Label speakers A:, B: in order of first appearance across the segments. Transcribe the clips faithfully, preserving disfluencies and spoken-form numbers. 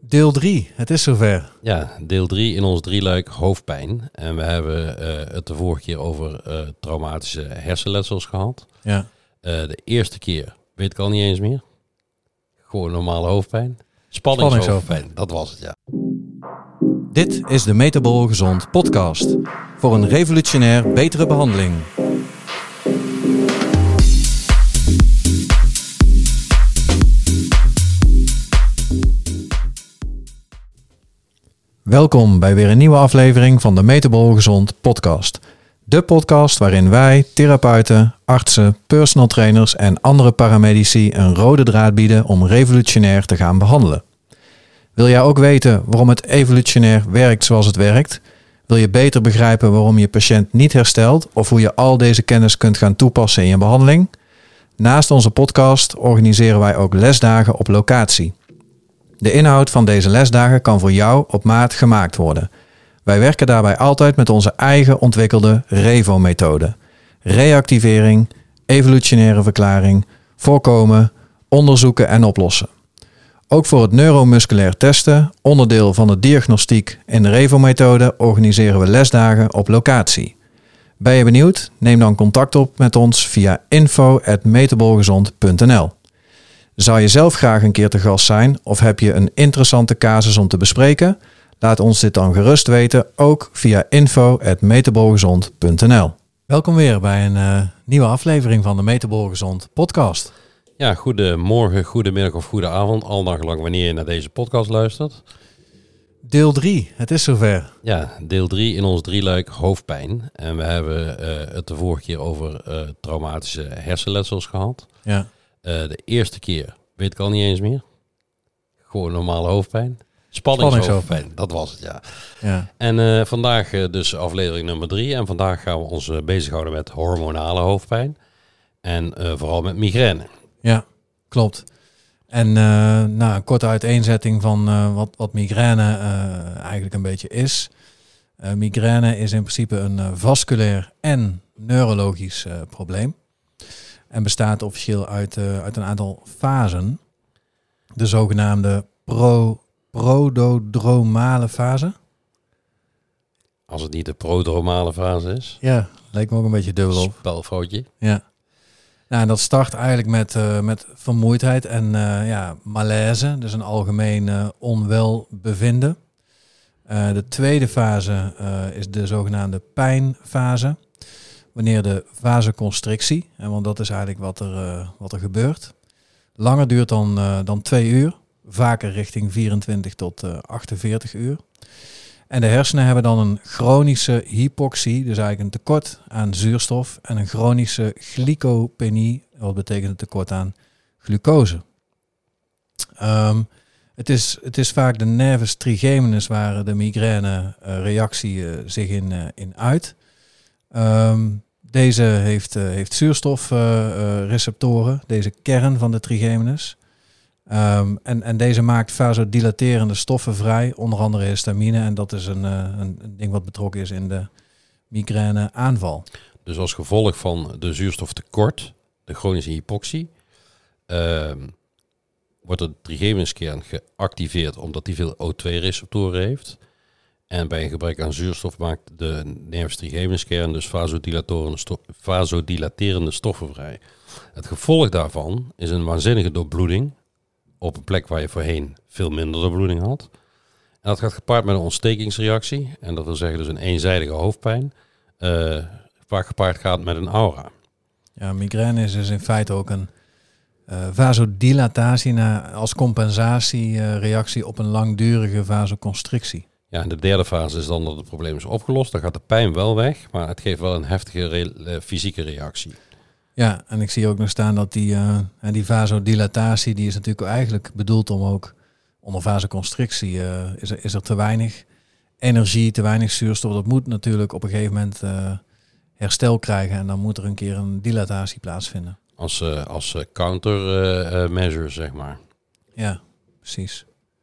A: Deel drie, het is zover.
B: Ja, deel drie in ons drieluik hoofdpijn. En we hebben uh, het de vorige keer over uh, traumatische hersenletsels gehad.
A: Ja.
B: Uh, de eerste keer, weet ik al niet eens meer. Gewoon normale hoofdpijn. Spanningshoofdpijn, dat was het, ja.
A: Dit is de Metabol Gezond podcast. Voor een revolutionair betere behandeling. Welkom bij weer een nieuwe aflevering van de Metabol Gezond podcast. De podcast waarin wij, therapeuten, artsen, personal trainers en andere paramedici een rode draad bieden om revolutionair te gaan behandelen. Wil jij ook weten waarom het evolutionair werkt zoals het werkt? Wil je beter begrijpen waarom je patiënt niet herstelt of hoe je al deze kennis kunt gaan toepassen in je behandeling? Naast onze podcast organiseren wij ook lesdagen op locatie. De inhoud van deze lesdagen kan voor jou op maat gemaakt worden. Wij werken daarbij altijd met onze eigen ontwikkelde REVO-methode. Reactivering, evolutionaire verklaring, voorkomen, onderzoeken en oplossen. Ook voor het neuromusculair testen, onderdeel van de diagnostiek in de REVO-methode, organiseren we lesdagen op locatie. Ben je benieuwd? Neem dan contact op met ons via info at metabolgezond punt n l. Zou je zelf graag een keer te gast zijn of heb je een interessante casus om te bespreken? Laat ons dit dan gerust weten, ook via info at metabolgezond punt n l. Welkom weer bij een uh, nieuwe aflevering van de Metabol Gezond podcast.
B: Ja, goedemorgen, goedemiddag of goede avond, al naar gelang wanneer je naar deze podcast luistert.
A: Deel drie, het is zover.
B: Ja, deel drie in ons drieluik hoofdpijn. En we hebben uh, het de vorige keer over uh, traumatische hersenletsels gehad.
A: Ja.
B: Uh, de eerste keer, weet ik al niet eens meer. Gewoon normale hoofdpijn. Spanningshoofdpijn, dat was het, ja.
A: ja.
B: En uh, vandaag uh, dus aflevering nummer drie. En vandaag gaan we ons uh, bezighouden met hormonale hoofdpijn. En uh, vooral met migraine.
A: Ja, klopt. En uh, nou, een korte uiteenzetting van uh, wat, wat migraine uh, eigenlijk een beetje is. Uh, migraine is in principe een uh, vasculair en neurologisch uh, probleem. En bestaat officieel uit, uh, uit een aantal fasen. De zogenaamde pro, prodrodromale fase.
B: Als het niet de prodromale fase is.
A: Ja, lijkt me ook een beetje dubbel op.
B: Spelfoutje.
A: Ja. Nou, en dat start eigenlijk met, uh, met vermoeidheid en uh, ja, malaise. Dus een algemeen uh, onwelbevinden. Uh, de tweede fase uh, is de zogenaamde pijnfase. Wanneer de vasoconstrictie, en want dat is eigenlijk wat er, uh, wat er gebeurt, langer duurt dan, uh, dan twee uur. Vaker richting vierentwintig tot uh, achtenveertig uur. En de hersenen hebben dan een chronische hypoxie, dus eigenlijk een tekort aan zuurstof. En een chronische glycopenie, wat betekent een tekort aan glucose. Um, het, is, het is vaak de nervus trigeminus waar de migraine uh, reactie uh, zich in, uh, in uit. Um, deze heeft, uh, heeft zuurstofreceptoren, uh, uh, deze kern van de trigeminus. Um, en, en deze maakt vasodilaterende stoffen vrij, onder andere histamine. En dat is een, uh, een, een ding wat betrokken is in de migraine aanval.
B: Dus als gevolg van de zuurstoftekort, de chronische hypoxie, uh, wordt de trigeminuskern geactiveerd omdat die veel O twee receptoren heeft. En bij een gebrek aan zuurstof maakt de nervus trigeminuskern dus vasodilaterende, stof, vasodilaterende stoffen vrij. Het gevolg daarvan is een waanzinnige doorbloeding op een plek waar je voorheen veel minder doorbloeding had. En dat gaat gepaard met een ontstekingsreactie. En dat wil zeggen dus een eenzijdige hoofdpijn. Uh, vaak gepaard gaat met een aura.
A: Ja, migraine is dus in feite ook een uh, vasodilatatie na, als compensatiereactie uh, op een langdurige vasoconstrictie.
B: Ja, en de derde fase is dan dat het probleem is opgelost. Dan gaat de pijn wel weg, maar het geeft wel een heftige re- uh, fysieke reactie.
A: Ja, en ik zie ook nog staan dat die, uh, die vasodilatatie, die is natuurlijk eigenlijk bedoeld om ook onder vasoconstrictie, uh, is, er, is er te weinig energie, te weinig zuurstof. Dat moet natuurlijk op een gegeven moment uh, herstel krijgen en dan moet er een keer een dilatatie plaatsvinden.
B: Als, uh, als uh, countermeasure, uh, zeg maar.
A: Ja, precies.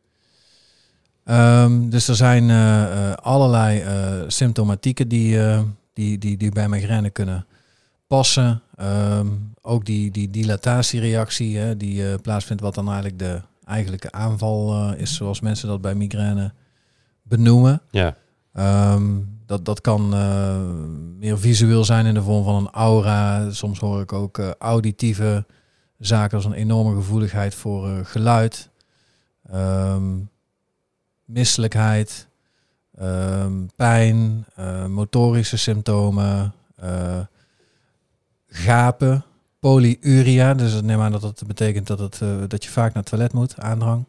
A: Um, dus er zijn uh, uh, allerlei uh, symptomatieken die, uh, die, die, die bij migraine kunnen passen. Um, ook die, die dilatatiereactie hè, die uh, plaatsvindt, wat dan eigenlijk de, eigenlijke aanval uh, is, zoals mensen dat bij migraine benoemen.
B: Ja.
A: Um, dat, dat kan uh, meer visueel zijn in de vorm van een aura. Soms hoor ik ook uh, auditieve zaken als een enorme gevoeligheid voor uh, geluid. Um, misselijkheid, um, pijn, uh, motorische symptomen, uh, gapen, polyuria. Dus neem aan dat dat betekent dat, het, uh, dat je vaak naar het toilet moet, aandrang.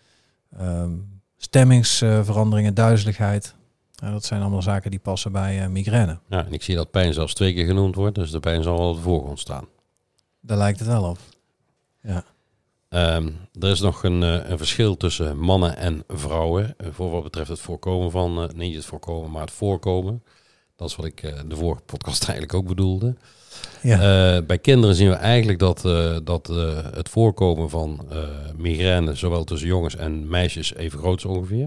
A: Um, stemmingsveranderingen, duizeligheid. Uh, dat zijn allemaal zaken die passen bij uh, migraine.
B: Ja, en ik zie dat pijn zelfs twee keer genoemd wordt, dus de pijn zal wel op de voorgrond staan.
A: Daar lijkt het wel op. Ja.
B: Um, er is nog een, uh, een verschil tussen mannen en vrouwen. Uh, voor wat betreft het voorkomen van, uh, niet het voorkomen, maar het voorkomen. Dat is wat ik uh, de vorige podcast eigenlijk ook bedoelde. Ja. Uh, bij kinderen zien we eigenlijk dat, uh, dat uh, het voorkomen van uh, migraine, zowel tussen jongens en meisjes, even groot is ongeveer.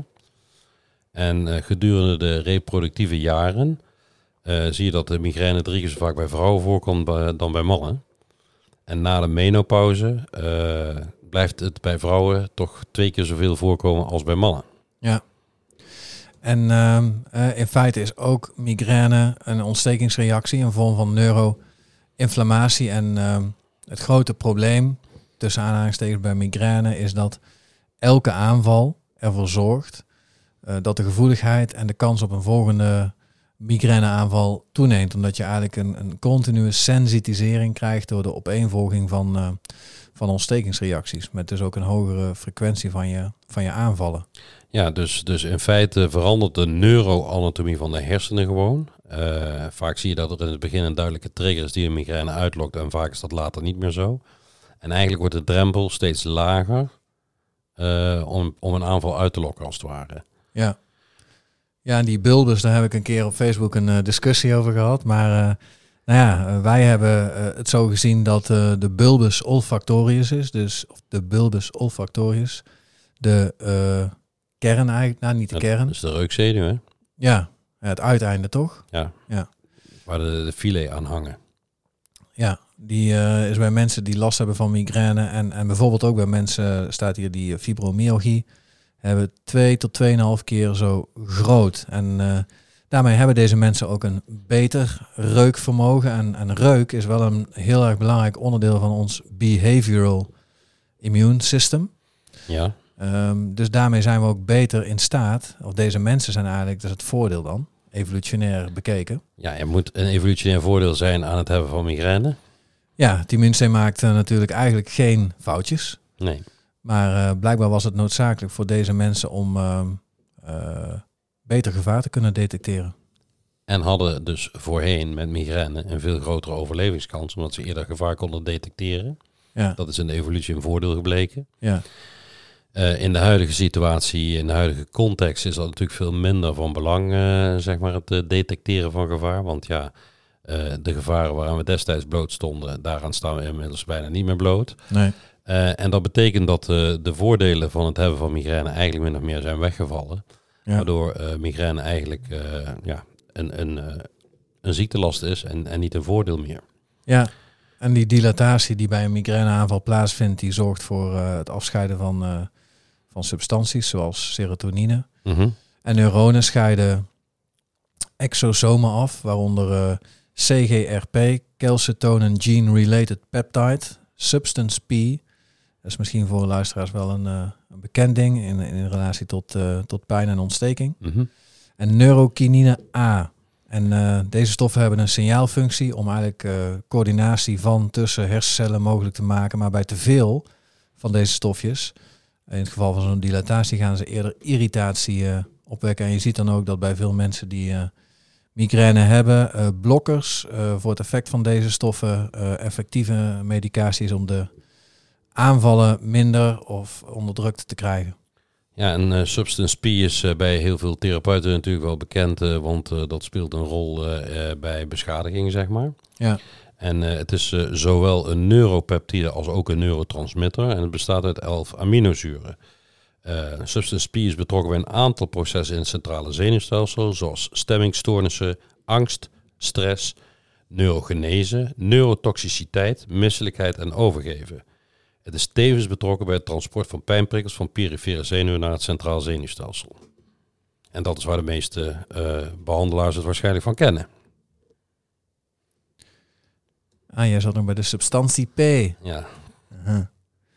B: En uh, gedurende de reproductieve jaren uh, zie je dat de migraine drie keer zo vaak bij vrouwen voorkomt bij, dan bij mannen. En na de menopauze uh, blijft het bij vrouwen toch twee keer zoveel voorkomen als bij mannen.
A: Ja. En uh, uh, in feite is ook migraine een ontstekingsreactie, een vorm van neuroinflammatie. En uh, het grote probleem tussen aanhalingstekens bij migraine is dat elke aanval ervoor zorgt uh, dat de gevoeligheid en de kans op een volgende migraineaanval toeneemt. Omdat je eigenlijk een, een continue sensitisering krijgt door de opeenvolging van, uh, van ontstekingsreacties. Met dus ook een hogere frequentie van je, van je aanvallen.
B: Ja, dus, dus in feite verandert de neuroanatomie van de hersenen gewoon. Uh, vaak zie je dat er in het begin een duidelijke trigger is die een migraine uitlokt. En vaak is dat later niet meer zo. En eigenlijk wordt de drempel steeds lager uh, om, om een aanval uit te lokken als het ware.
A: Ja. Ja, en die bulbus, daar heb ik een keer op Facebook een uh, discussie over gehad. Maar uh, nou ja, uh, wij hebben uh, het zo gezien dat uh, de bulbus olfactorius is. Dus of de bulbus olfactorius. De uh, kern eigenlijk, nou niet de kern.
B: Dat is de reukzenuw, hè?
A: Ja, het uiteinde toch?
B: Ja,
A: ja.
B: Waar de, de filet aan hangen.
A: Ja, die uh, is bij mensen die last hebben van migraine. En, en bijvoorbeeld ook bij mensen, staat hier die fibromyalgie, hebben twee tot tweeënhalf keer zo groot. En uh, daarmee hebben deze mensen ook een beter reukvermogen. En, en reuk is wel een heel erg belangrijk onderdeel van ons behavioral immune system.
B: Ja.
A: Um, dus daarmee zijn we ook beter in staat, of deze mensen zijn eigenlijk, dat is het voordeel dan, evolutionair bekeken.
B: Ja, er moet een evolutionair voordeel zijn aan het hebben van migraine.
A: Ja, het immuunsysteem maakt uh, natuurlijk eigenlijk geen foutjes.
B: Nee.
A: Maar uh, blijkbaar was het noodzakelijk voor deze mensen om uh, uh, beter gevaar te kunnen detecteren.
B: En hadden dus voorheen met migraine een veel grotere overlevingskans, omdat ze eerder gevaar konden detecteren.
A: Ja.
B: Dat is in de evolutie een voordeel gebleken.
A: Ja.
B: Uh, in de huidige situatie, in de huidige context, is dat natuurlijk veel minder van belang, uh, zeg maar, het uh, detecteren van gevaar. Want ja, uh, de gevaren waaraan we destijds bloot stonden, daaraan staan we inmiddels bijna niet meer bloot.
A: Nee.
B: Uh, en dat betekent dat uh, de voordelen van het hebben van migraine eigenlijk min of meer zijn weggevallen. Ja. Waardoor uh, migraine eigenlijk uh, ja, een, een, uh, een ziektelast is en, en niet een voordeel meer.
A: Ja, en die dilatatie die bij een migraineaanval plaatsvindt, die zorgt voor uh, het afscheiden van, uh, van substanties zoals serotonine.
B: Mm-hmm.
A: En neuronen scheiden exosomen af, waaronder uh, C G R P, calcitonin gene-related peptide, substance P. Dat is misschien voor luisteraars wel een, uh, een bekend ding in, in relatie tot, uh, tot pijn en ontsteking.
B: Mm-hmm.
A: En neurokinine A. En uh, deze stoffen hebben een signaalfunctie om eigenlijk uh, coördinatie van tussen hersencellen mogelijk te maken. Maar bij te veel van deze stofjes, in het geval van zo'n dilatatie, gaan ze eerder irritatie uh, opwekken. En je ziet dan ook dat bij veel mensen die uh, migraine hebben, uh, blokkers uh, voor het effect van deze stoffen uh, effectieve medicatie is om de aanvallen minder of onderdrukt te krijgen.
B: Ja, en uh, substance P is uh, bij heel veel therapeuten natuurlijk wel bekend, uh, want uh, dat speelt een rol uh, uh, bij beschadiging, zeg maar.
A: Ja.
B: En uh, het is uh, zowel een neuropeptide als ook een neurotransmitter en het bestaat uit elf aminozuren. Uh, substance P is betrokken bij een aantal processen in het centrale zenuwstelsel, zoals stemmingstoornissen, angst, stress, neurogenese, neurotoxiciteit, misselijkheid en overgeven. Het is tevens betrokken bij het transport van pijnprikkels van perifere zenuwen naar het centraal zenuwstelsel. En dat is waar de meeste uh, behandelaars het waarschijnlijk van kennen.
A: Ah, jij zat nog bij de substantie P.
B: Ja.
A: Uh-huh.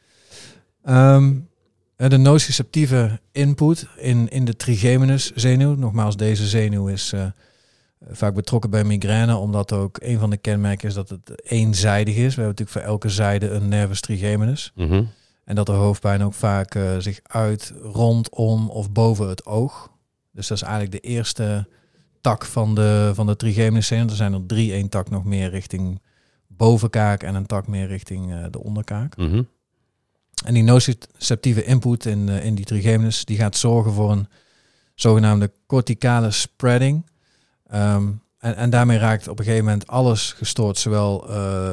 A: Um, de nociceptieve input in, in de trigeminus zenuw. Nogmaals, deze zenuw is uh, vaak betrokken bij migraine, omdat ook een van de kenmerken is dat het eenzijdig is. We hebben natuurlijk voor elke zijde een nervus trigeminus.
B: Mm-hmm.
A: En dat de hoofdpijn ook vaak uh, zich uit rondom of boven het oog. Dus dat is eigenlijk de eerste tak van de, van de trigeminus zenuw. Er zijn er drie, één tak nog meer richting bovenkaak en een tak meer richting uh, de onderkaak.
B: Mm-hmm.
A: En die nociceptieve input in, uh, in die trigeminus, die gaat zorgen voor een zogenaamde corticale spreading. Um, en, en daarmee raakt op een gegeven moment alles gestoord, zowel uh,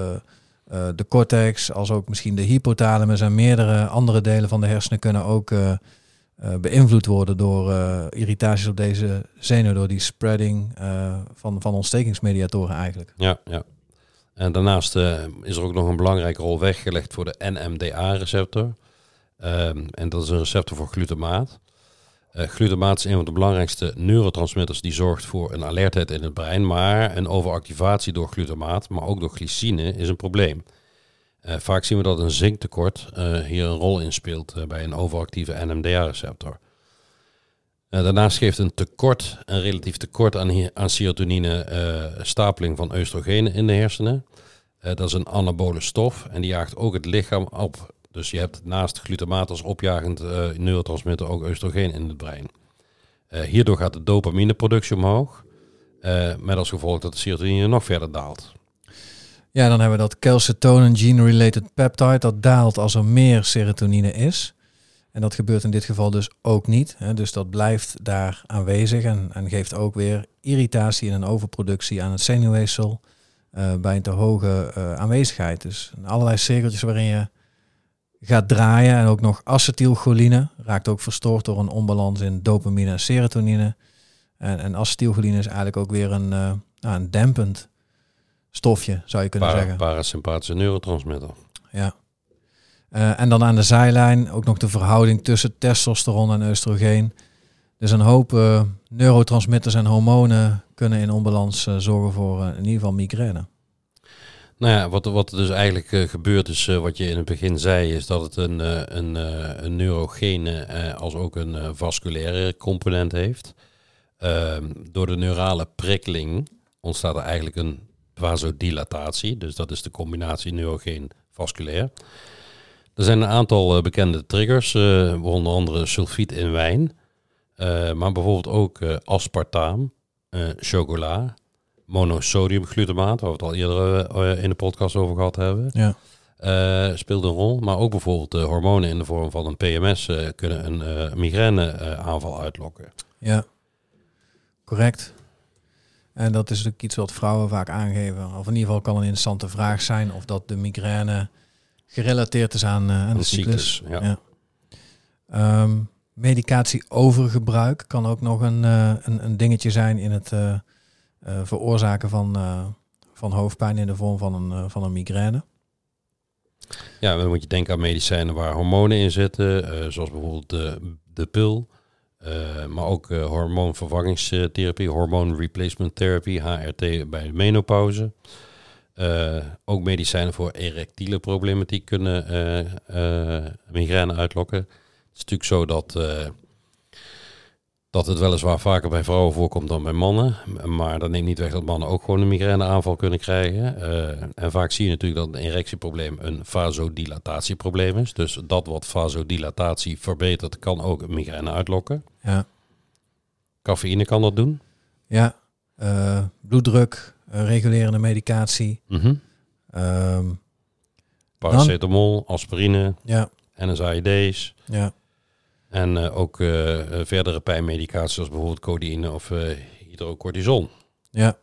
A: uh, de cortex als ook misschien de hypothalamus en meerdere andere delen van de hersenen kunnen ook uh, uh, beïnvloed worden door uh, irritaties op deze zenuw, door die spreading uh, van, van ontstekingsmediatoren eigenlijk.
B: Ja, ja. En daarnaast uh, is er ook nog een belangrijke rol weggelegd voor de N M D A-receptor. Um, en dat is een receptor voor glutamaat. Uh, glutamaat is een van de belangrijkste neurotransmitters die zorgt voor een alertheid in het brein. Maar een overactivatie door glutamaat, maar ook door glycine, is een probleem. Uh, vaak zien we dat een zinktekort uh, hier een rol in speelt uh, bij een overactieve N M D A-receptor. Uh, daarnaast geeft een tekort, een relatief tekort aan, aan serotonine uh, stapeling van oestrogenen in de hersenen. Uh, dat is een anabole stof en die jaagt ook het lichaam op. Dus je hebt naast glutamaat als opjagend uh, neurotransmitter ook oestrogeen in het brein. Uh, hierdoor gaat de dopamineproductie omhoog, uh, met als gevolg dat de serotonine nog verder daalt.
A: Ja, dan hebben we dat calcitonin gene-related peptide. Dat daalt als er meer serotonine is. En dat gebeurt in dit geval dus ook niet. Hè. Dus dat blijft daar aanwezig en, en geeft ook weer irritatie en een overproductie aan het zenuwweefsel uh, bij een te hoge uh, aanwezigheid. Dus allerlei cirkeltjes waarin je gaat draaien. En ook nog acetylcholine raakt ook verstoord door een onbalans in dopamine en serotonine. En, en acetylcholine is eigenlijk ook weer een, uh, nou, een dempend stofje, zou je kunnen
B: Para,
A: zeggen.
B: Parasympathische neurotransmitter.
A: Ja. Uh, en dan aan de zijlijn ook nog de verhouding tussen testosteron en oestrogeen. Dus een hoop uh, neurotransmitters en hormonen kunnen in onbalans uh, zorgen voor uh, in ieder geval migraine.
B: Nou ja, wat, wat er dus eigenlijk uh, gebeurt is, uh, wat je in het begin zei, is dat het een, uh, een, uh, een neurogene uh, als ook een uh, vasculaire component heeft. Uh, door de neurale prikkeling ontstaat er eigenlijk een vasodilatatie. Dus dat is de combinatie neurogeen-vasculair. Er zijn een aantal uh, bekende triggers, uh, onder andere sulfiet in wijn. Uh, maar bijvoorbeeld ook uh, aspartaam, uh, chocola, monosodiumglutamaat, waar we het al eerder uh, in de podcast over gehad hebben.
A: Ja.
B: Uh, speelt een rol. Maar ook bijvoorbeeld uh, hormonen in de vorm van een P M S uh, kunnen een uh, migraine uh, aanval uitlokken.
A: Ja, correct. En dat is natuurlijk iets wat vrouwen vaak aangeven. Of in ieder geval kan een interessante vraag zijn of dat de migraine gerelateerd is aan, uh, aan de cyclus.
B: cyclus ja.
A: Ja. Um, medicatie-overgebruik kan ook nog een, uh, een, een dingetje zijn in het uh, uh, veroorzaken van, uh, van hoofdpijn in de vorm van een, uh, van een migraine.
B: Ja, dan moet je denken aan medicijnen waar hormonen in zitten, uh, zoals bijvoorbeeld de, de pil. Uh, maar ook uh, hormoonvervangingstherapie, hormone replacement therapy, H R T bij de menopauze. Uh, ook medicijnen voor erectiele problematiek kunnen uh, uh, migraine uitlokken. Het is natuurlijk zo dat, uh, dat het weliswaar vaker bij vrouwen voorkomt dan bij mannen. Maar dat neemt niet weg dat mannen ook gewoon een migraineaanval kunnen krijgen. Uh, en vaak zie je natuurlijk dat een erectieprobleem een vasodilatatieprobleem is. Dus dat wat vasodilatatie verbetert kan ook een migraine uitlokken.
A: Ja.
B: Cafeïne kan dat doen.
A: Ja, uh, bloeddruk, uh, regulerende medicatie.
B: Mm-hmm.
A: Um,
B: Paracetamol, aspirine,
A: ja.
B: N S A I D's.
A: Ja.
B: En uh, ook uh, verdere pijnmedicatie zoals bijvoorbeeld codeïne of uh, hydrocortison.
A: Ja.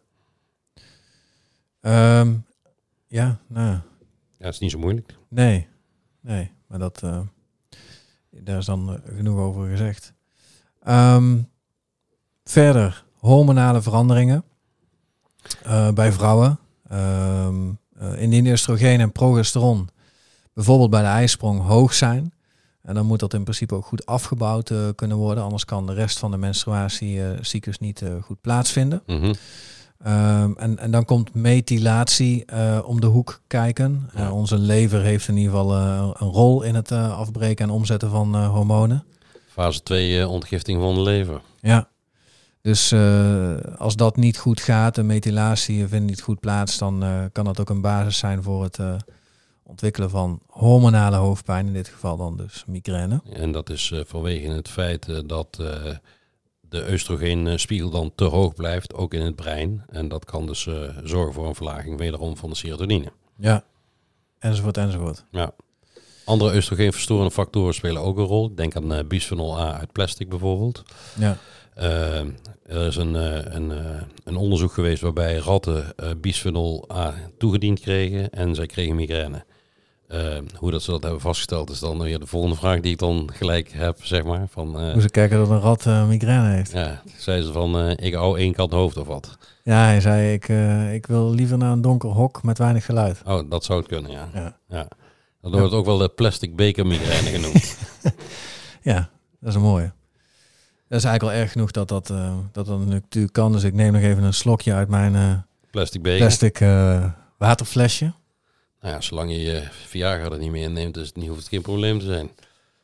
A: Um, ja, nou.
B: Ja, dat is niet zo moeilijk.
A: Nee, nee. Maar dat, uh, daar is dan uh, genoeg over gezegd. Um, verder, hormonale veranderingen uh, bij vrouwen. Um, uh, indien oestrogeen en progesteron bijvoorbeeld bij de ijsprong hoog zijn. En dan moet dat in principe ook goed afgebouwd uh, kunnen worden. Anders kan de rest van de menstruatiecyclus niet uh, goed plaatsvinden.
B: Mm-hmm.
A: Um, en, en dan komt methylatie uh, om de hoek kijken. Uh, ja. Onze lever heeft in ieder geval uh, een rol in het uh, afbreken en omzetten van uh, hormonen.
B: Fase twee uh, ontgifting van de lever.
A: Ja, dus uh, als dat niet goed gaat, de methylatie vindt niet goed plaats, dan uh, kan dat ook een basis zijn voor het uh, ontwikkelen van hormonale hoofdpijn, in dit geval dan dus migraine.
B: En dat is uh, vanwege het feit uh, dat uh, de oestrogeenspiegel dan te hoog blijft, ook in het brein. En dat kan dus uh, zorgen voor een verlaging wederom van de serotonine.
A: Ja, enzovoort, enzovoort.
B: Ja. Andere oestrogeenverstorende factoren spelen ook een rol. Denk aan uh, bisphenol A uit plastic bijvoorbeeld.
A: Ja.
B: Uh, er is een, uh, een, uh, een onderzoek geweest waarbij ratten uh, bisphenol A toegediend kregen en zij kregen migraine. Uh, hoe dat ze dat hebben vastgesteld is dan weer de volgende vraag die ik dan gelijk heb, zeg maar. Van, uh,
A: hoe ze kijken dat een rat uh, migraine heeft.
B: Ja, zei ze van, uh, ik hou één kant hoofd of wat.
A: Ja, hij zei, ik, uh, ik wil liever naar een donker hok met weinig geluid.
B: Oh, dat zou het kunnen, ja.
A: Ja.
B: ja. Dan wordt het ook wel de plastic beker migraine genoemd.
A: Ja, dat is een mooie. Dat is eigenlijk al erg genoeg dat dat, uh, dat, dat natuurlijk kan. Dus ik neem nog even een slokje uit mijn uh,
B: plastic beker.
A: Plastic uh, waterflesje.
B: Nou ja, zolang je je Viagra er niet meer inneemt, dus het niet, hoeft het geen probleem te zijn.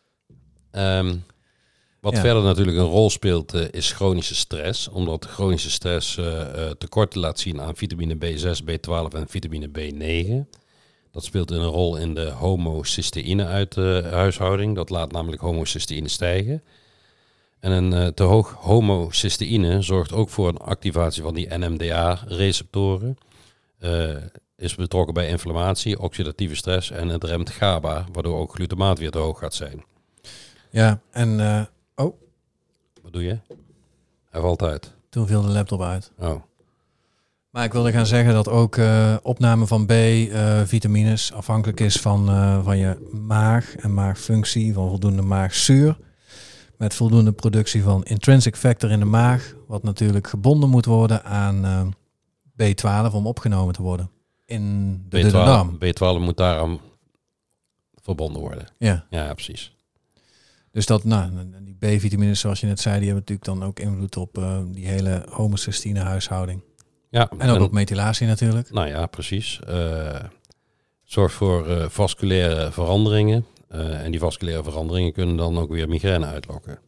B: Um, wat ja. verder natuurlijk een rol speelt, uh, is chronische stress. Omdat chronische stress uh, uh, tekorten laat zien aan vitamine B zes, B twaalf en vitamine B negen. Dat speelt een rol in de homocysteïne uit de huishouding. Dat laat namelijk homocysteïne stijgen. En een uh, te hoog homocysteïne zorgt ook voor een activatie van die N M D A-receptoren. Uh, is betrokken bij inflammatie, oxidatieve stress en het remt GABA, waardoor ook glutamaat weer te hoog gaat zijn.
A: Ja, en... Uh, oh.
B: Wat doe je? Hij valt uit.
A: Toen viel de laptop uit.
B: Oh.
A: Maar ik wilde gaan zeggen dat ook uh, opname van B-vitamines uh, afhankelijk is van, uh, van je maag en maagfunctie, van voldoende maagzuur. Met voldoende productie van intrinsic factor in de maag, wat natuurlijk gebonden moet worden aan uh, B twaalf om opgenomen te worden. In de
B: B twaalf,
A: darm.
B: B twaalf moet daaraan verbonden worden.
A: Ja.
B: Ja, precies.
A: Dus dat, nou, die B-vitamines, zoals je net zei, die hebben natuurlijk dan ook invloed op uh, die hele homocysteïne huishouding.
B: Ja,
A: en ook en, op methylatie natuurlijk.
B: Nou ja, precies. Uh, zorgt voor uh, vasculaire veranderingen. Uh, en die vasculaire veranderingen kunnen dan ook weer migraine uitlokken.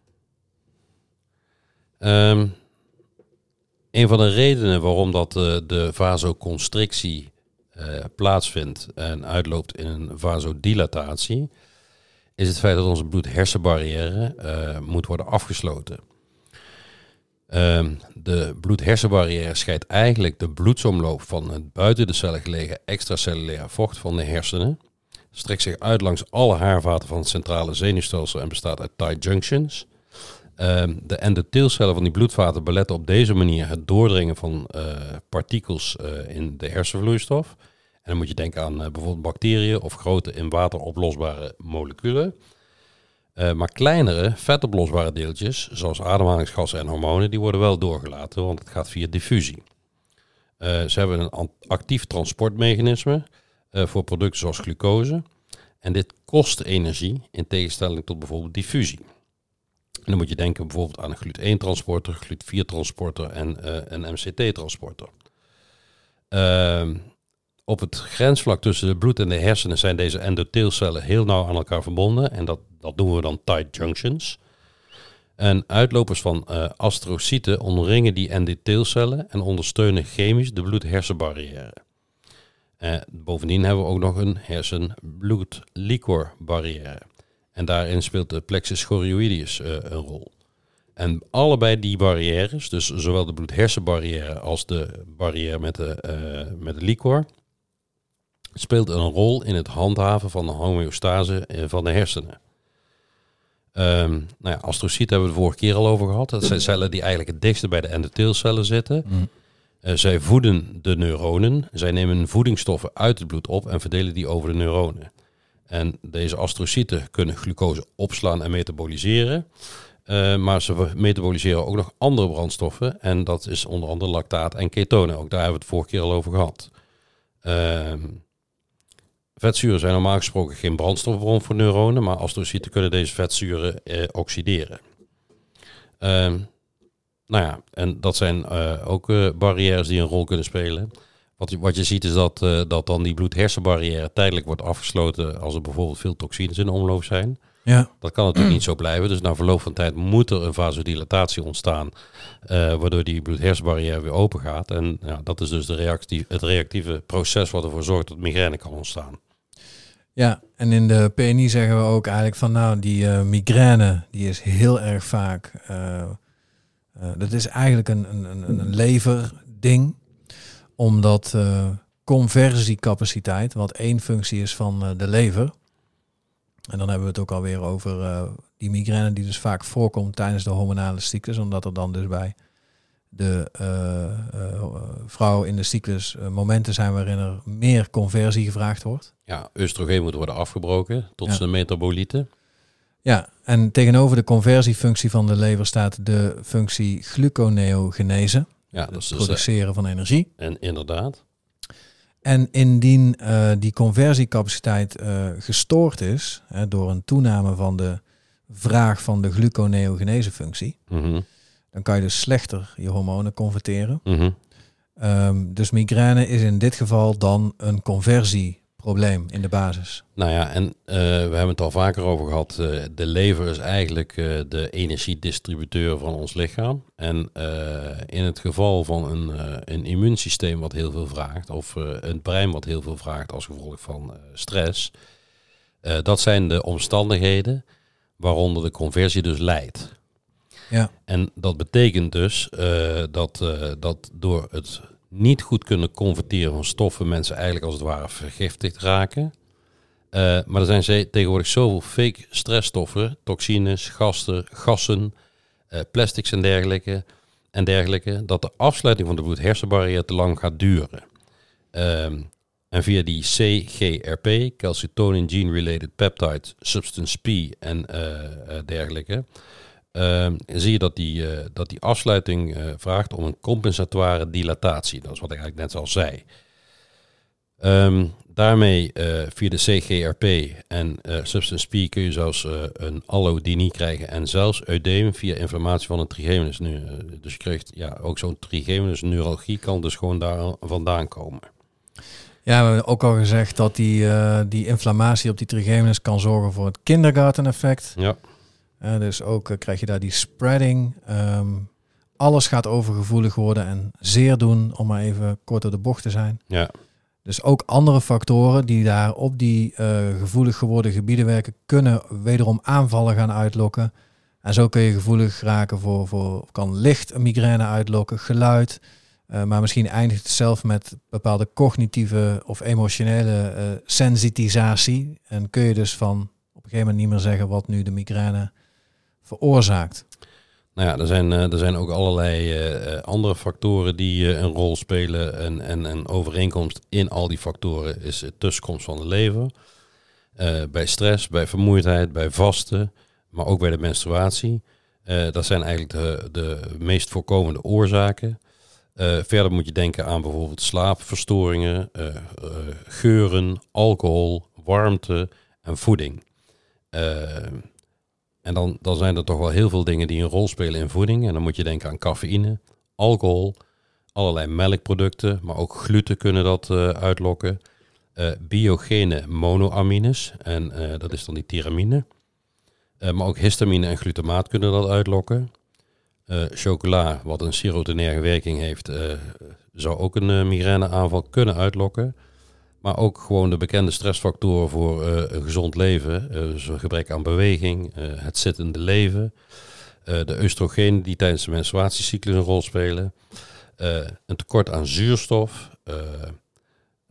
B: Um, een van de redenen waarom dat uh, de vasoconstrictie uh, plaatsvindt en uitloopt in een vasodilatatie, is het feit dat onze bloed-hersenbarrière uh, moet worden afgesloten. Um, de bloed-hersenbarrière scheidt eigenlijk de bloedsomloop van het buiten de cellen gelegen extracellulaire vocht van de hersenen. Strekt zich uit langs alle haarvaten van het centrale zenuwstelsel en bestaat uit tight junctions. Um, de endotheelcellen van die bloedvaten beletten op deze manier het doordringen van uh, partikels uh, in de hersenvloeistof. En dan moet je denken aan uh, bijvoorbeeld bacteriën of grote in water oplosbare moleculen. Uh, maar kleinere, vetoplosbare deeltjes, zoals ademhalingsgassen en hormonen, die worden wel doorgelaten, want het gaat via diffusie. Uh, ze hebben een actief transportmechanisme uh, voor producten zoals glucose. En dit kost energie in tegenstelling tot bijvoorbeeld diffusie. En dan moet je denken bijvoorbeeld aan een glut één transporter, glut vier transporter en uh, een M C T transporter. Uh, op het grensvlak tussen het bloed en de hersenen zijn deze endotheelcellen heel nauw aan elkaar verbonden. En dat, dat noemen we dan tight junctions. En uitlopers van uh, astrocyten omringen die endotheelcellen en ondersteunen chemisch de bloed-hersenbarrière. Uh, bovendien hebben we ook nog een hersen-bloed-liquor-barrière. En daarin speelt de plexus chorioideus uh, een rol. En allebei die barrières, dus zowel de bloed-hersenbarrière als de barrière met de, uh, met de liquor, speelt een rol in het handhaven van de homeostase van de hersenen. Um, nou ja, astrocyten hebben we de vorige keer al over gehad. Dat zijn cellen die eigenlijk het dichtste bij de endotheelcellen zitten. Mm. Uh, zij voeden de neuronen. Zij nemen voedingsstoffen uit het bloed op en verdelen die over de neuronen. En deze astrocyten kunnen glucose opslaan en metaboliseren. Uh, maar ze metaboliseren ook nog andere brandstoffen. En dat is onder andere lactaat en ketonen. Ook daar hebben we het vorige keer al over gehad. Uh, vetzuren zijn normaal gesproken geen brandstofbron voor neuronen, maar astrocyten kunnen deze vetzuren eh, oxideren. Um, nou ja, en dat zijn uh, ook uh, barrières die een rol kunnen spelen. Wat je, wat je ziet is dat, uh, dat dan die bloed-hersenbarrière tijdelijk wordt afgesloten als er bijvoorbeeld veel toxines in omloop zijn.
A: Ja.
B: Dat kan natuurlijk niet zo blijven. Dus na verloop van tijd moet er een vasodilatatie ontstaan, uh, waardoor die bloed-hersenbarrière weer open gaat. En ja, dat is dus de reactie, het reactieve proces wat ervoor zorgt dat migraine kan ontstaan.
A: Ja, en in de P N I zeggen we ook eigenlijk van nou, die uh, migraine, die is heel erg vaak, uh, uh, dat is eigenlijk een, een, een leverding, omdat uh, conversiecapaciteit, wat één functie is van uh, de lever, en dan hebben we het ook alweer over uh, die migraine die dus vaak voorkomt tijdens de hormonale cyclus, omdat er dan dus bij de uh, uh, vrouw in de cyclus uh, momenten zijn waarin er meer conversie gevraagd wordt.
B: Ja, oestrogeen moet worden afgebroken tot
A: ja.
B: zijn metabolieten.
A: Ja, en tegenover de conversiefunctie van de lever staat de functie gluconeogenese.
B: Ja,
A: het
B: dat is
A: produceren
B: dus,
A: van energie.
B: En inderdaad.
A: En indien uh, die conversiecapaciteit uh, gestoord is, hè, door een toename van de vraag van de gluconeogenesefunctie,
B: Mm-hmm.
A: dan kan je dus slechter je hormonen converteren.
B: Mm-hmm.
A: Um, dus migraine is in dit geval dan een conversieprobleem in de basis.
B: Nou ja, en uh, we hebben het al vaker over gehad. Uh, de lever is eigenlijk uh, de energiedistributeur van ons lichaam. En uh, in het geval van een, uh, een immuunsysteem wat heel veel vraagt, of uh, een brein wat heel veel vraagt als gevolg van uh, stress, uh, dat zijn de omstandigheden waaronder de conversie dus leidt.
A: Ja.
B: En dat betekent dus uh, dat, uh, dat door het niet goed kunnen converteren van stoffen mensen eigenlijk als het ware vergiftigd raken. Uh, maar er zijn ze- tegenwoordig zoveel fake stressstoffen, toxines, gasten, gassen, uh, plastics en dergelijke, en dergelijke, dat de afsluiting van de bloed-hersenbarrière te lang gaat duren. Um, en via die C G R P, calcitonin gene-related peptide, substance P en uh, uh, dergelijke, Uh, zie je dat die, uh, dat die afsluiting uh, vraagt om een compensatoire dilatatie. Dat is wat ik eigenlijk net al zei. Um, daarmee uh, via de C G R P en uh, substance P kun je zelfs uh, een allodynie krijgen en zelfs eudeem via inflammatie van een trigeminus. Nu, uh, dus je krijgt ja, ook zo'n trigeminus neuralgie kan dus gewoon daar vandaan komen.
A: Ja, we hebben ook al gezegd dat die, uh, die inflammatie op die trigeminus kan zorgen voor het kindergarten effect.
B: Ja.
A: Uh, dus ook uh, krijg je daar die spreading. Um, alles gaat overgevoelig worden en zeer doen, om maar even kort door de bocht te zijn.
B: Ja.
A: Dus ook andere factoren die daar op die uh, gevoelig geworden gebieden werken, kunnen wederom aanvallen gaan uitlokken. En zo kun je gevoelig raken voor, voor kan licht een migraine uitlokken, geluid. Uh, maar misschien eindigt het zelf met bepaalde cognitieve of emotionele uh, sensitisatie. En kun je dus van op een gegeven moment niet meer zeggen wat nu de migraine veroorzaakt.
B: Nou ja, er zijn, uh, er zijn ook allerlei uh, andere factoren die uh, een rol spelen. En, en een overeenkomst in al die factoren is de tussenkomst van de lever. Uh, bij stress, bij vermoeidheid, bij vasten, maar ook bij de menstruatie. Uh, dat zijn eigenlijk de, de meest voorkomende oorzaken. Uh, verder moet je denken aan bijvoorbeeld slaapverstoringen, uh, uh, geuren, alcohol, warmte en voeding. Uh, en dan, dan zijn er toch wel heel veel dingen die een rol spelen in voeding. En dan moet je denken aan cafeïne, alcohol, allerlei melkproducten, maar ook gluten kunnen dat uh, uitlokken. Uh, biogene monoamines, en uh, dat is dan die tyramine. Uh, maar ook histamine en glutamaat kunnen dat uitlokken. Uh, chocola, wat een serotonerge werking heeft, uh, zou ook een uh, migraineaanval kunnen uitlokken. Maar ook gewoon de bekende stressfactoren voor uh, een gezond leven. Uh, dus een gebrek aan beweging, uh, het zittende leven. Uh, de oestrogenen die tijdens de menstruatiecyclus een rol spelen. Uh, een tekort aan zuurstof. Uh, uh,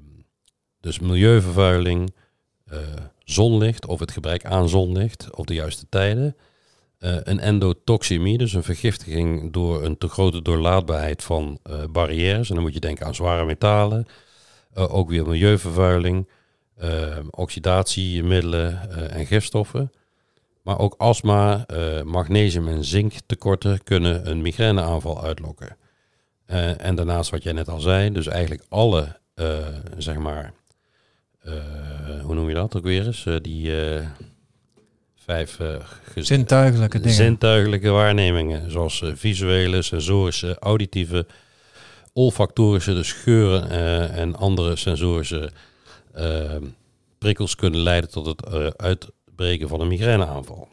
B: dus milieuvervuiling. Uh, zonlicht of het gebrek aan zonlicht op de juiste tijden. Uh, een endotoxemie, dus een vergiftiging door een te grote doorlaatbaarheid van uh, barrières. En dan moet je denken aan zware metalen. Uh, ook weer milieuvervuiling, uh, oxidatiemiddelen uh, en gifstoffen. Maar ook astma, uh, magnesium en zinktekorten kunnen een migraineaanval uitlokken. Uh, en daarnaast wat jij net al zei, dus eigenlijk alle uh, zeg maar, uh, hoe noem je dat ook weer eens? Uh, die uh, vijf uh, gez-
A: zintuigelijke dingen.
B: Zintuigelijke waarnemingen, zoals uh, visuele, sensorische, auditieve, olfactorische, dus geuren uh, en andere sensorische uh, prikkels kunnen leiden tot het uh, uitbreken van een migraineaanval.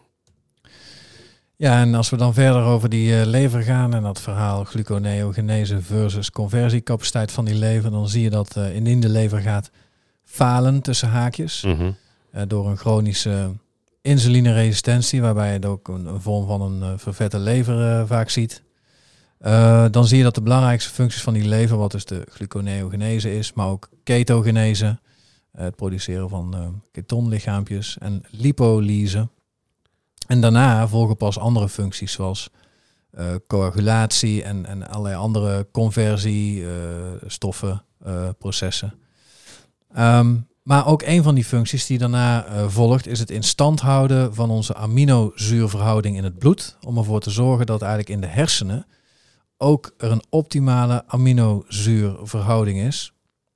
A: Ja, en als we dan verder over die uh, lever gaan en dat verhaal gluconeogenese versus conversiecapaciteit van die lever, dan zie je dat uh, indien de lever gaat falen tussen haakjes,
B: Mm-hmm.
A: uh, door een chronische insulineresistentie, waarbij je het ook een, een vorm van een uh, vervette lever uh, vaak ziet. Uh, dan zie je dat de belangrijkste functies van die lever, wat dus de gluconeogenese is, maar ook ketogenese, uh, het produceren van uh, ketonlichaampjes en lipolyse. En daarna volgen pas andere functies zoals uh, coagulatie en, en allerlei andere conversiestoffen, uh, uh, processen. Um, maar ook een van die functies die daarna uh, volgt is het in stand houden van onze aminozuurverhouding in het bloed. Om ervoor te zorgen dat eigenlijk in de hersenen ook er een optimale aminozuurverhouding is.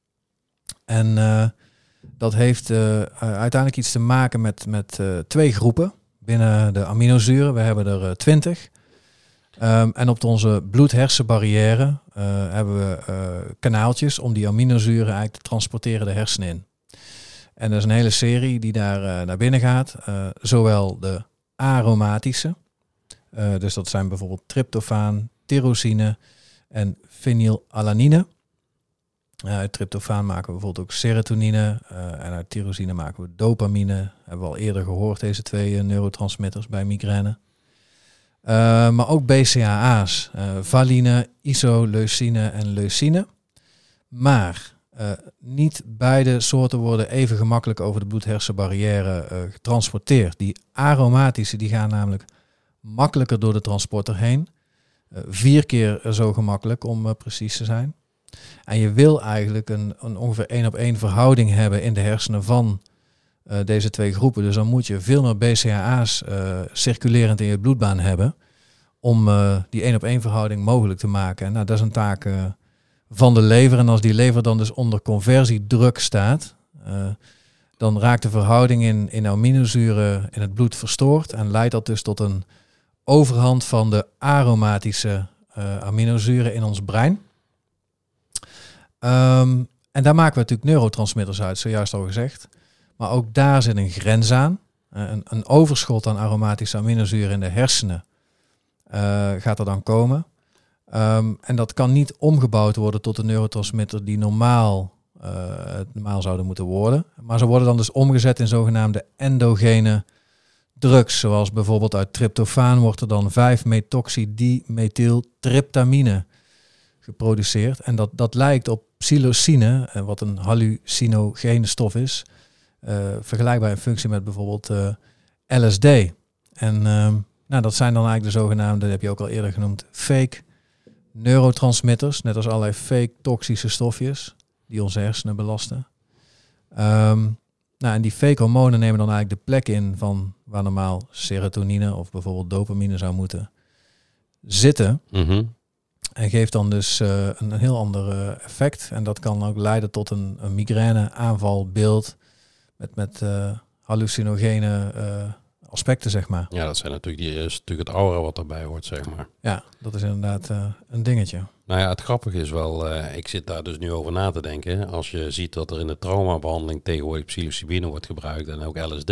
A: En uh, dat heeft uh, uiteindelijk iets te maken met, met uh, twee groepen binnen de aminozuren. We hebben er twintig. Uh, um, en op onze bloed-hersenbarrière uh, hebben we uh, kanaaltjes om die aminozuren eigenlijk te transporteren de hersenen in. En er is een hele serie die daar uh, naar binnen gaat. Uh, zowel de aromatische, uh, dus dat zijn bijvoorbeeld tryptofaan, tyrosine en fenylalanine. Uh, uit tryptofaan maken we bijvoorbeeld ook serotonine uh, en uit tyrosine maken we dopamine. Hebben we al eerder gehoord, deze twee uh, neurotransmitters bij migraine. Uh, maar ook B C A A's, uh, valine, isoleucine en leucine. Maar uh, niet beide soorten worden even gemakkelijk over de bloed-hersenbarrière uh, getransporteerd. Die aromatische die gaan namelijk makkelijker door de transporter heen. Uh, vier keer zo gemakkelijk om uh, precies te zijn. En je wil eigenlijk een, een ongeveer één op één verhouding hebben in de hersenen van uh, deze twee groepen. Dus dan moet je veel meer B C A A's uh, circulerend in je bloedbaan hebben om uh, die één op één verhouding mogelijk te maken. En nou, dat is een taak uh, van de lever. En als die lever dan dus onder conversiedruk staat, uh, dan raakt de verhouding in, in aminozuren in het bloed verstoord en leidt dat dus tot een overhand van de aromatische uh, aminozuren in ons brein. Um, en daar maken we natuurlijk neurotransmitters uit, zojuist al gezegd. Maar ook daar zit een grens aan. Uh, een, een overschot aan aromatische aminozuren in de hersenen uh, gaat er dan komen. Um, en dat kan niet omgebouwd worden tot een neurotransmitter die normaal, uh, normaal zouden moeten worden. Maar ze worden dan dus omgezet in zogenaamde endogene drugs. Zoals bijvoorbeeld uit tryptofaan wordt er dan vijf methoxydimethyltryptamine geproduceerd. En dat, dat lijkt op psilocine, wat een hallucinogene stof is. Uh, vergelijkbaar in functie met bijvoorbeeld uh, L S D. En uh, nou, dat zijn dan eigenlijk de zogenaamde, dat heb je ook al eerder genoemd, fake neurotransmitters. Net als allerlei fake toxische stofjes die onze hersenen belasten. Um, nou, en die fake hormonen nemen dan eigenlijk de plek in van waar normaal serotonine of bijvoorbeeld dopamine zou moeten zitten.
B: Mm-hmm.
A: En geeft dan dus uh, een, een heel ander uh, effect. En dat kan ook leiden tot een, een migraine-aanvalbeeld met, met uh, hallucinogene uh, aspecten, zeg maar.
B: Ja, dat zijn natuurlijk, die, is natuurlijk het aura wat erbij hoort, zeg maar.
A: Ja, dat is inderdaad uh, een dingetje.
B: Nou ja, het grappige is wel, uh, ik zit daar dus nu over na te denken. Als je ziet dat er in de traumabehandeling tegenwoordig psilocybine wordt gebruikt en ook L S D...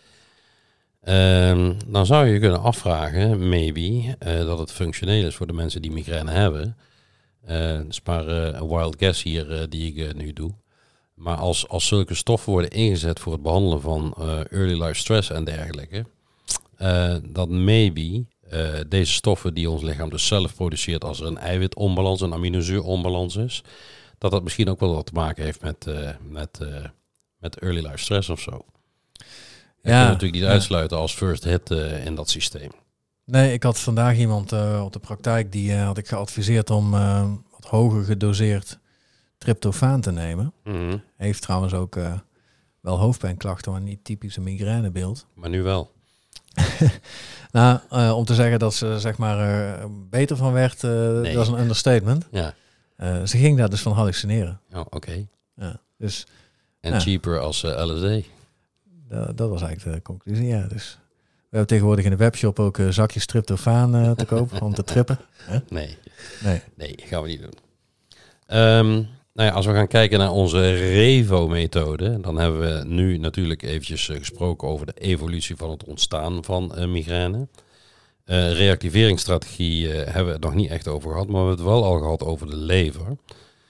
B: Um, dan zou je kunnen afvragen, maybe, uh, dat het functioneel is voor de mensen die migraine hebben. Uh, dat is maar uh, een wild guess hier uh, die ik uh, nu doe. Maar als, als zulke stoffen worden ingezet voor het behandelen van uh, early life stress en dergelijke, uh, dat maybe uh, deze stoffen die ons lichaam dus zelf produceert als er een eiwitonbalans, een aminozuuronbalans is, dat dat misschien ook wel wat te maken heeft met, uh, met, uh, met early life stress of zo. Je ja, kunt natuurlijk niet ja. uitsluiten als first hit uh, in dat systeem.
A: Nee, ik had vandaag iemand uh, op de praktijk, die uh, had ik geadviseerd om uh, wat hoger gedoseerd tryptofaan te nemen.
B: Mm-hmm.
A: Heeft trouwens ook uh, wel hoofdpijnklachten, maar niet typisch een migrainebeeld.
B: Maar nu wel.
A: nou, uh, om te zeggen dat ze zeg maar uh, beter van werd, uh, nee. dat is een understatement.
B: Ja.
A: Uh, ze ging daar dus van hallucineren.
B: Oh, oké. Okay.
A: Ja, dus
B: En
A: Ja.
B: cheaper als uh, L S D.
A: Dat, dat was eigenlijk de conclusie, ja. Dus we hebben tegenwoordig in de webshop ook uh, zakjes tryptofaan uh, te kopen om te trippen. Huh?
B: Nee.
A: Nee.
B: Nee, gaan we niet doen. Um, nou ja, als we gaan kijken naar onze Revo-methode, dan hebben we nu natuurlijk eventjes uh, gesproken over de evolutie van het ontstaan van uh, migraine. Uh, reactiveringsstrategie uh, hebben we het nog niet echt over gehad, maar we hebben het wel al gehad over de lever.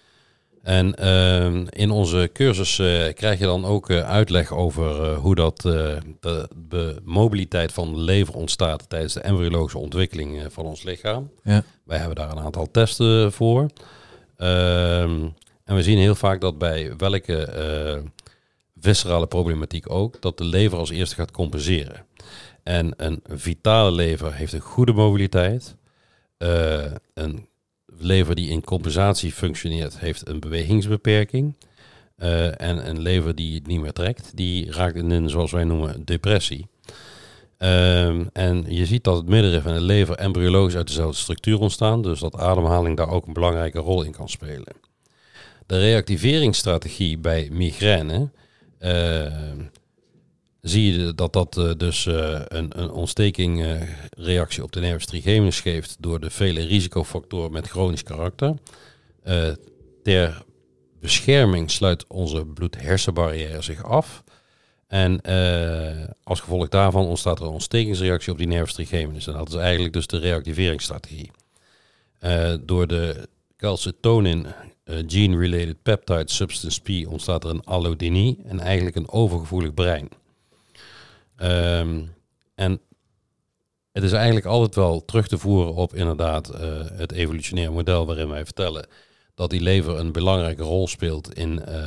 B: En uh, in onze cursus uh, krijg je dan ook uh, uitleg over uh, hoe dat uh, de, de mobiliteit van de lever ontstaat tijdens de embryologische ontwikkeling uh, van ons lichaam.
A: Ja.
B: Wij hebben daar een aantal testen voor. Uh, en we zien heel vaak dat bij welke uh, viscerale problematiek ook, dat de lever als eerste gaat compenseren. En een vitale lever heeft een goede mobiliteit. Uh, een lever die in compensatie functioneert, heeft een bewegingsbeperking. Uh, en een lever die het niet meer trekt, die raakt in een, zoals wij noemen, depressie. Uh, en je ziet dat het middenrif en de lever embryologisch uit dezelfde structuur ontstaan, dus dat ademhaling daar ook een belangrijke rol in kan spelen. De reactiveringsstrategie bij migraine, uh, zie je dat dat uh, dus uh, een, een ontstekingreactie uh, op de nervus trigeminus geeft door de vele risicofactoren met chronisch karakter. Uh, ter bescherming sluit onze bloed-hersenbarrière zich af. En uh, als gevolg daarvan ontstaat er een ontstekingsreactie op die nervus trigeminus. En dat is eigenlijk dus de reactiveringsstrategie. Uh, door de calcitonin uh, gene-related peptide substance P ontstaat er een allodynie en eigenlijk een overgevoelig brein. Um, en het is eigenlijk altijd wel terug te voeren op inderdaad uh, het evolutionaire model waarin wij vertellen dat die lever een belangrijke rol speelt in, uh,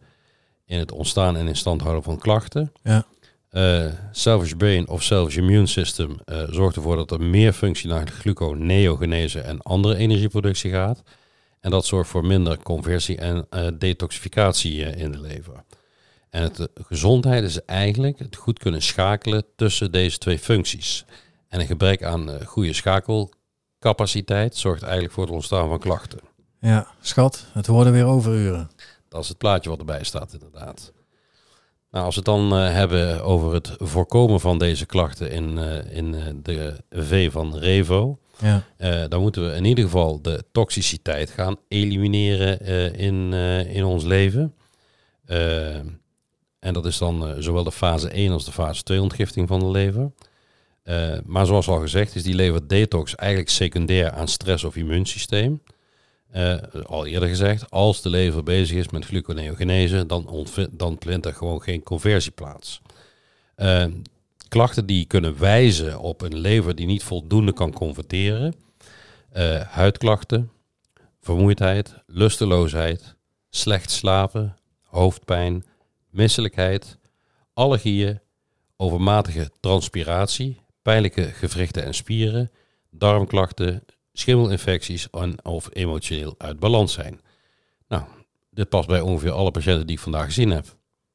B: in het ontstaan en in stand houden van klachten.
A: Ja.
B: Uh, selfish brain of selfish immune system uh, zorgt ervoor dat er meer functie naar gluconeogenese en andere energieproductie gaat. En dat zorgt voor minder conversie en uh, detoxificatie uh, in de lever. En het, de gezondheid is eigenlijk het goed kunnen schakelen tussen deze twee functies. En een gebrek aan uh, goede schakelcapaciteit zorgt eigenlijk voor het ontstaan van klachten.
A: Ja, schat, het worden weer overuren.
B: Dat is het plaatje wat erbij staat inderdaad. Nou, als we het dan uh, hebben over het voorkomen van deze klachten in, uh, in uh, de V van Revo.
A: Ja.
B: Uh, dan moeten we in ieder geval de toxiciteit gaan elimineren uh, in, uh, in ons leven. Uh, en dat is dan uh, zowel de fase één als de fase twee ontgifting van de lever. Uh, maar zoals al gezegd is die leverdetox eigenlijk secundair aan stress of immuunsysteem. Uh, al eerder gezegd, als de lever bezig is met gluconeogenese, dan, ontv- dan vindt er gewoon geen conversie plaats. Uh, klachten die kunnen wijzen op een lever die niet voldoende kan converteren. Uh, huidklachten, vermoeidheid, lusteloosheid, slecht slapen, hoofdpijn, misselijkheid, allergieën, overmatige transpiratie, pijnlijke gewrichten en spieren, darmklachten, schimmelinfecties en of emotioneel uit balans zijn. Nou, dit past bij ongeveer alle patiënten die ik vandaag gezien heb.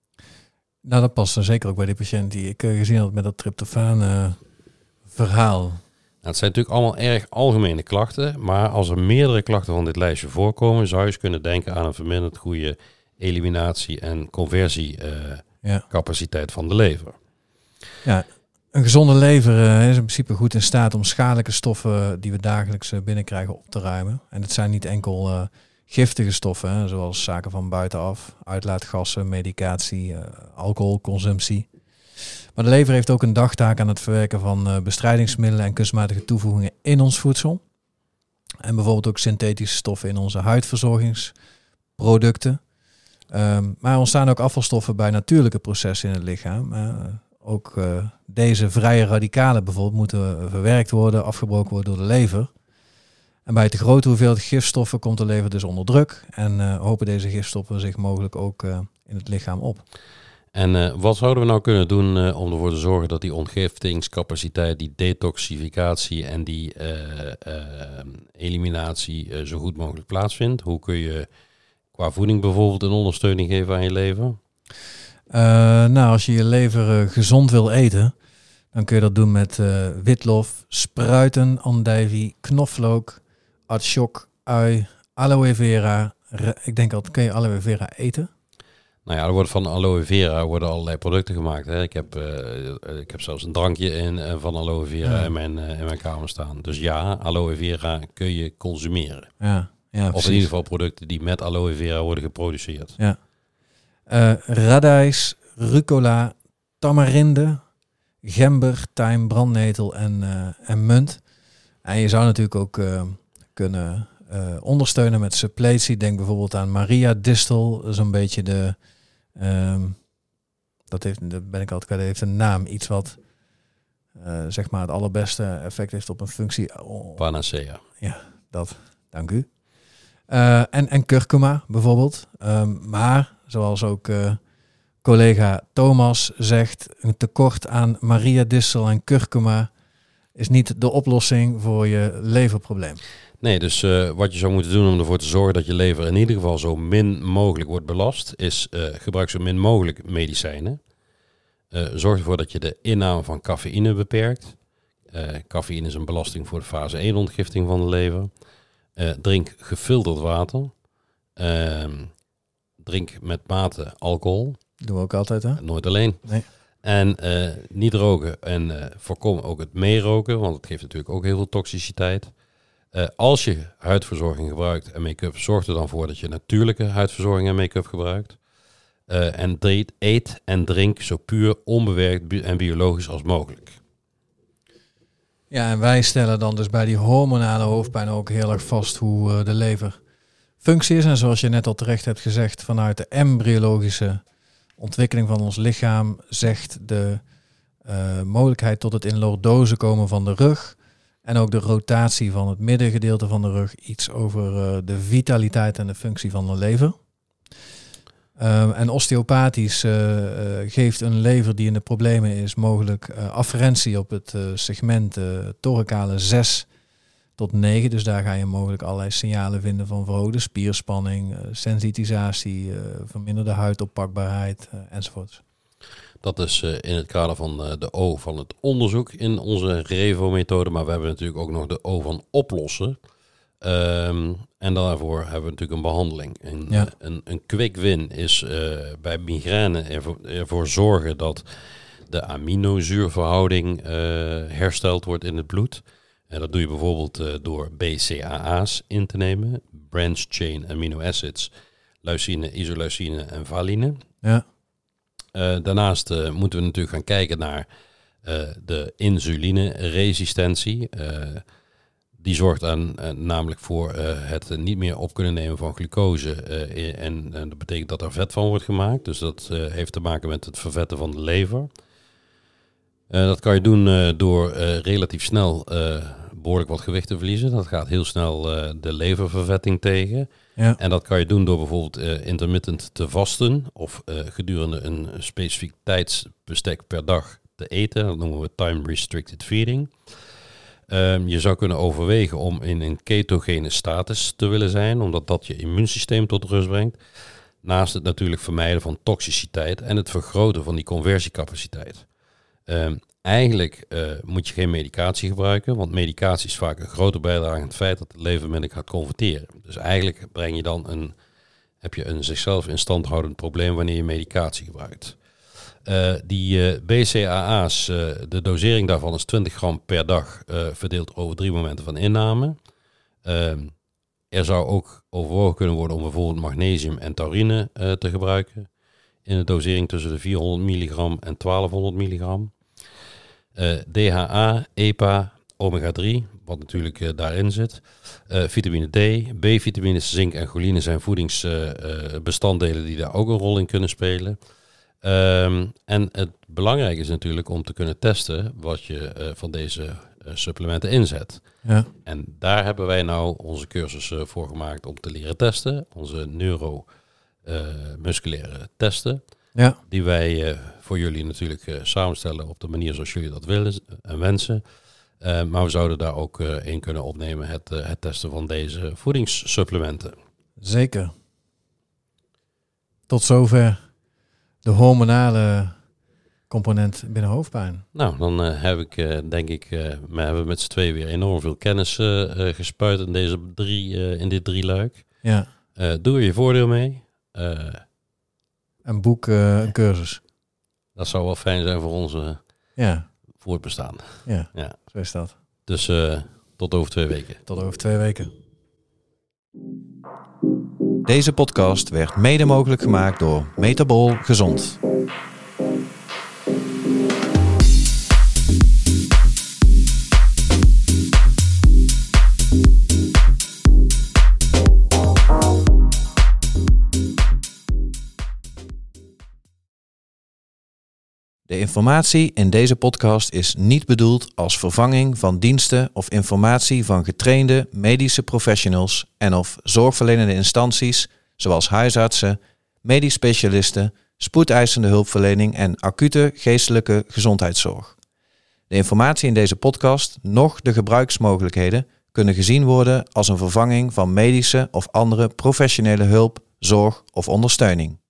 A: Nou, dat past dan zeker ook bij die patiënt die ik uh, gezien had met dat tryptofaan uh, verhaal.
B: Nou, het zijn natuurlijk allemaal erg algemene klachten, maar als er meerdere klachten van dit lijstje voorkomen, zou je eens kunnen denken aan een verminderd goede eliminatie- en conversiecapaciteit uh, ja. van de lever.
A: Ja, een gezonde lever uh, is in principe goed in staat om schadelijke stoffen die we dagelijks uh, binnenkrijgen op te ruimen. En het zijn niet enkel uh, giftige stoffen, hè, zoals zaken van buitenaf, uitlaatgassen, medicatie, uh, alcoholconsumptie. Maar de lever heeft ook een dagtaak aan het verwerken van uh, bestrijdingsmiddelen en kunstmatige toevoegingen in ons voedsel. En bijvoorbeeld ook synthetische stoffen in onze huidverzorgingsproducten. Um, maar er ontstaan ook afvalstoffen bij natuurlijke processen in het lichaam. Uh, ook uh, deze vrije radicalen bijvoorbeeld moeten verwerkt worden, afgebroken worden door de lever. En bij te grote hoeveelheid gifstoffen komt de lever dus onder druk. En uh, hopen deze gifstoffen zich mogelijk ook uh, in het lichaam op.
B: En uh, wat zouden we nou kunnen doen uh, om ervoor te zorgen dat die ontgiftingscapaciteit, die detoxificatie en die uh, uh, eliminatie uh, zo goed mogelijk plaatsvindt? Hoe kun je qua voeding bijvoorbeeld een ondersteuning geven aan je lever?
A: Uh, nou, als je je lever uh, gezond wil eten, dan kun je dat doen met uh, witlof, spruiten, andijvie, knoflook, artichok, ui, aloe vera. Re- ik denk altijd, kun je aloe vera eten?
B: Nou ja, er wordt van aloe vera worden allerlei producten gemaakt. Hè. Ik, heb, uh, ik heb zelfs een drankje in, uh, van aloe vera ja. in, mijn, uh, in mijn kamer staan. Dus ja, aloe vera kun je consumeren.
A: Ja, ja,
B: of
A: precies.
B: in ieder geval producten die met aloe vera worden geproduceerd.
A: Ja. Uh, radijs, rucola, tamarinde, gember, tijm, brandnetel en, uh, en munt. En je zou natuurlijk ook uh, kunnen uh, ondersteunen met suppletie. Denk bijvoorbeeld aan Maria distel. Dat is een beetje de... Um, dat heeft, dat ben ik altijd kwijt, heeft een naam. Iets wat uh, zeg maar het allerbeste effect heeft op een functie. Oh,
B: Panacea.
A: Ja, dat. Dank u. Uh, en, en kurkuma bijvoorbeeld. Um, maar, zoals ook uh, collega Thomas zegt, een tekort aan Maria distel en kurkuma is niet de oplossing voor je leverprobleem.
B: Nee, dus uh, wat je zou moeten doen om ervoor te zorgen dat je lever in ieder geval zo min mogelijk wordt belast, is uh, gebruik zo min mogelijk medicijnen. Uh, zorg ervoor dat je de inname van cafeïne beperkt. Uh, cafeïne is een belasting voor de fase één ontgifting van de lever. Uh, drink gefilterd water. Uh, drink met mate alcohol.
A: Doen we ook altijd, hè?
B: Nooit alleen.
A: Nee.
B: En uh, niet roken en uh, voorkom ook het meeroken, want het geeft natuurlijk ook heel veel toxiciteit. Uh, als je huidverzorging gebruikt en make-up, zorg er dan voor dat je natuurlijke huidverzorging en make-up gebruikt. Uh, en eet, eet en drink zo puur, onbewerkt bi- en biologisch als mogelijk.
A: Ja, en wij stellen dan dus bij die hormonale hoofdpijn ook heel erg vast hoe uh, de lever functie is. En zoals je net al terecht hebt gezegd, vanuit de embryologische ontwikkeling van ons lichaam zegt de uh, mogelijkheid tot het in lordose komen van de rug en ook de rotatie van het middengedeelte van de rug iets over uh, de vitaliteit en de functie van de lever. Uh, en osteopathisch uh, uh, geeft een lever die in de problemen is mogelijk uh, afferentie op het uh, segment uh, thoracale zes tot negen. Dus daar ga je mogelijk allerlei signalen vinden van verhoogde spierspanning, uh, sensitisatie, uh, verminderde huidoppakbaarheid uh, enzovoort.
B: Dat is uh, in het kader van uh, de O van het onderzoek in onze Revo-methode. Maar we hebben natuurlijk ook nog de O van oplossen. Um, en daarvoor hebben we natuurlijk een behandeling. En,
A: ja.
B: uh, een, een quick win is uh, bij migraine ervoor, ervoor zorgen dat de aminozuurverhouding uh, hersteld wordt in het bloed. En dat doe je bijvoorbeeld uh, door B C A A's in te nemen. Branch Chain Amino Acids, leucine, isoleucine en valine.
A: Ja.
B: Uh, daarnaast uh, moeten we natuurlijk gaan kijken naar uh, de insulineresistentie. Uh, die zorgt aan, uh, namelijk voor uh, het niet meer op kunnen nemen van glucose. Uh, en, en dat betekent dat er vet van wordt gemaakt. Dus dat uh, heeft te maken met het vervetten van de lever. Uh, dat kan je doen uh, door uh, relatief snel uh, behoorlijk wat gewicht te verliezen. Dat gaat heel snel uh, de leververvetting tegen.
A: Ja.
B: En dat kan je doen door bijvoorbeeld uh, intermittent te vasten of uh, gedurende een specifiek tijdsbestek per dag te eten. Dat noemen we time restricted feeding. Um, je zou kunnen overwegen om in een ketogene status te willen zijn, omdat dat je immuunsysteem tot rust brengt. Naast het natuurlijk vermijden van toxiciteit en het vergroten van die conversiecapaciteit. Um, eigenlijk uh, moet je geen medicatie gebruiken, want medicatie is vaak een grote bijdrage aan het feit dat het lever minder gaat converteren. Dus eigenlijk breng je dan een, heb je een zichzelf in stand houdend probleem wanneer je medicatie gebruikt. Uh, die uh, B C A A's, uh, de dosering daarvan is twintig gram per dag, uh, verdeeld over drie momenten van inname. Uh, er zou ook overwogen kunnen worden om bijvoorbeeld magnesium en taurine uh, te gebruiken. In een dosering tussen de vierhonderd milligram en twaalfhonderd milligram. Uh, D H A, E P A, omega drie, wat natuurlijk uh, daarin zit. Uh, vitamine D, B-vitamines, zink en choline zijn voedingsbestanddelen uh, uh, die daar ook een rol in kunnen spelen. Um, en het belangrijke is natuurlijk om te kunnen testen wat je uh, van deze uh, supplementen inzet.
A: Ja.
B: En daar hebben wij nou onze cursus uh, voor gemaakt om te leren testen. Onze neuromusculaire uh, testen.
A: Ja.
B: Die wij uh, voor jullie natuurlijk uh, samenstellen op de manier zoals jullie dat willen en wensen. Uh, maar we zouden daar ook uh, in kunnen opnemen het, uh, het testen van deze voedingssupplementen.
A: Zeker. Tot zover de hormonale component binnen hoofdpijn.
B: Nou, dan uh, heb ik, uh, denk ik, uh, we hebben met z'n tweeën weer enorm veel kennis uh, uh, gespuit in, deze drie, uh, in dit drie luik.
A: Ja.
B: Uh, doe er je voordeel mee. Uh,
A: Een boek, uh, een cursus.
B: Dat zou wel fijn zijn voor onze
A: ja.
B: voortbestaan.
A: Ja,
B: ja,
A: zo is dat.
B: Dus uh, tot over twee weken.
A: Tot over twee weken. Deze podcast werd mede mogelijk gemaakt door Metabol Gezond. De informatie in deze podcast is niet bedoeld als vervanging van diensten of informatie van getrainde medische professionals en of zorgverlenende instanties zoals huisartsen, medisch specialisten, spoedeisende hulpverlening en acute geestelijke gezondheidszorg. De informatie in deze podcast, noch de gebruiksmogelijkheden, kunnen gezien worden als een vervanging van medische of andere professionele hulp, zorg of ondersteuning.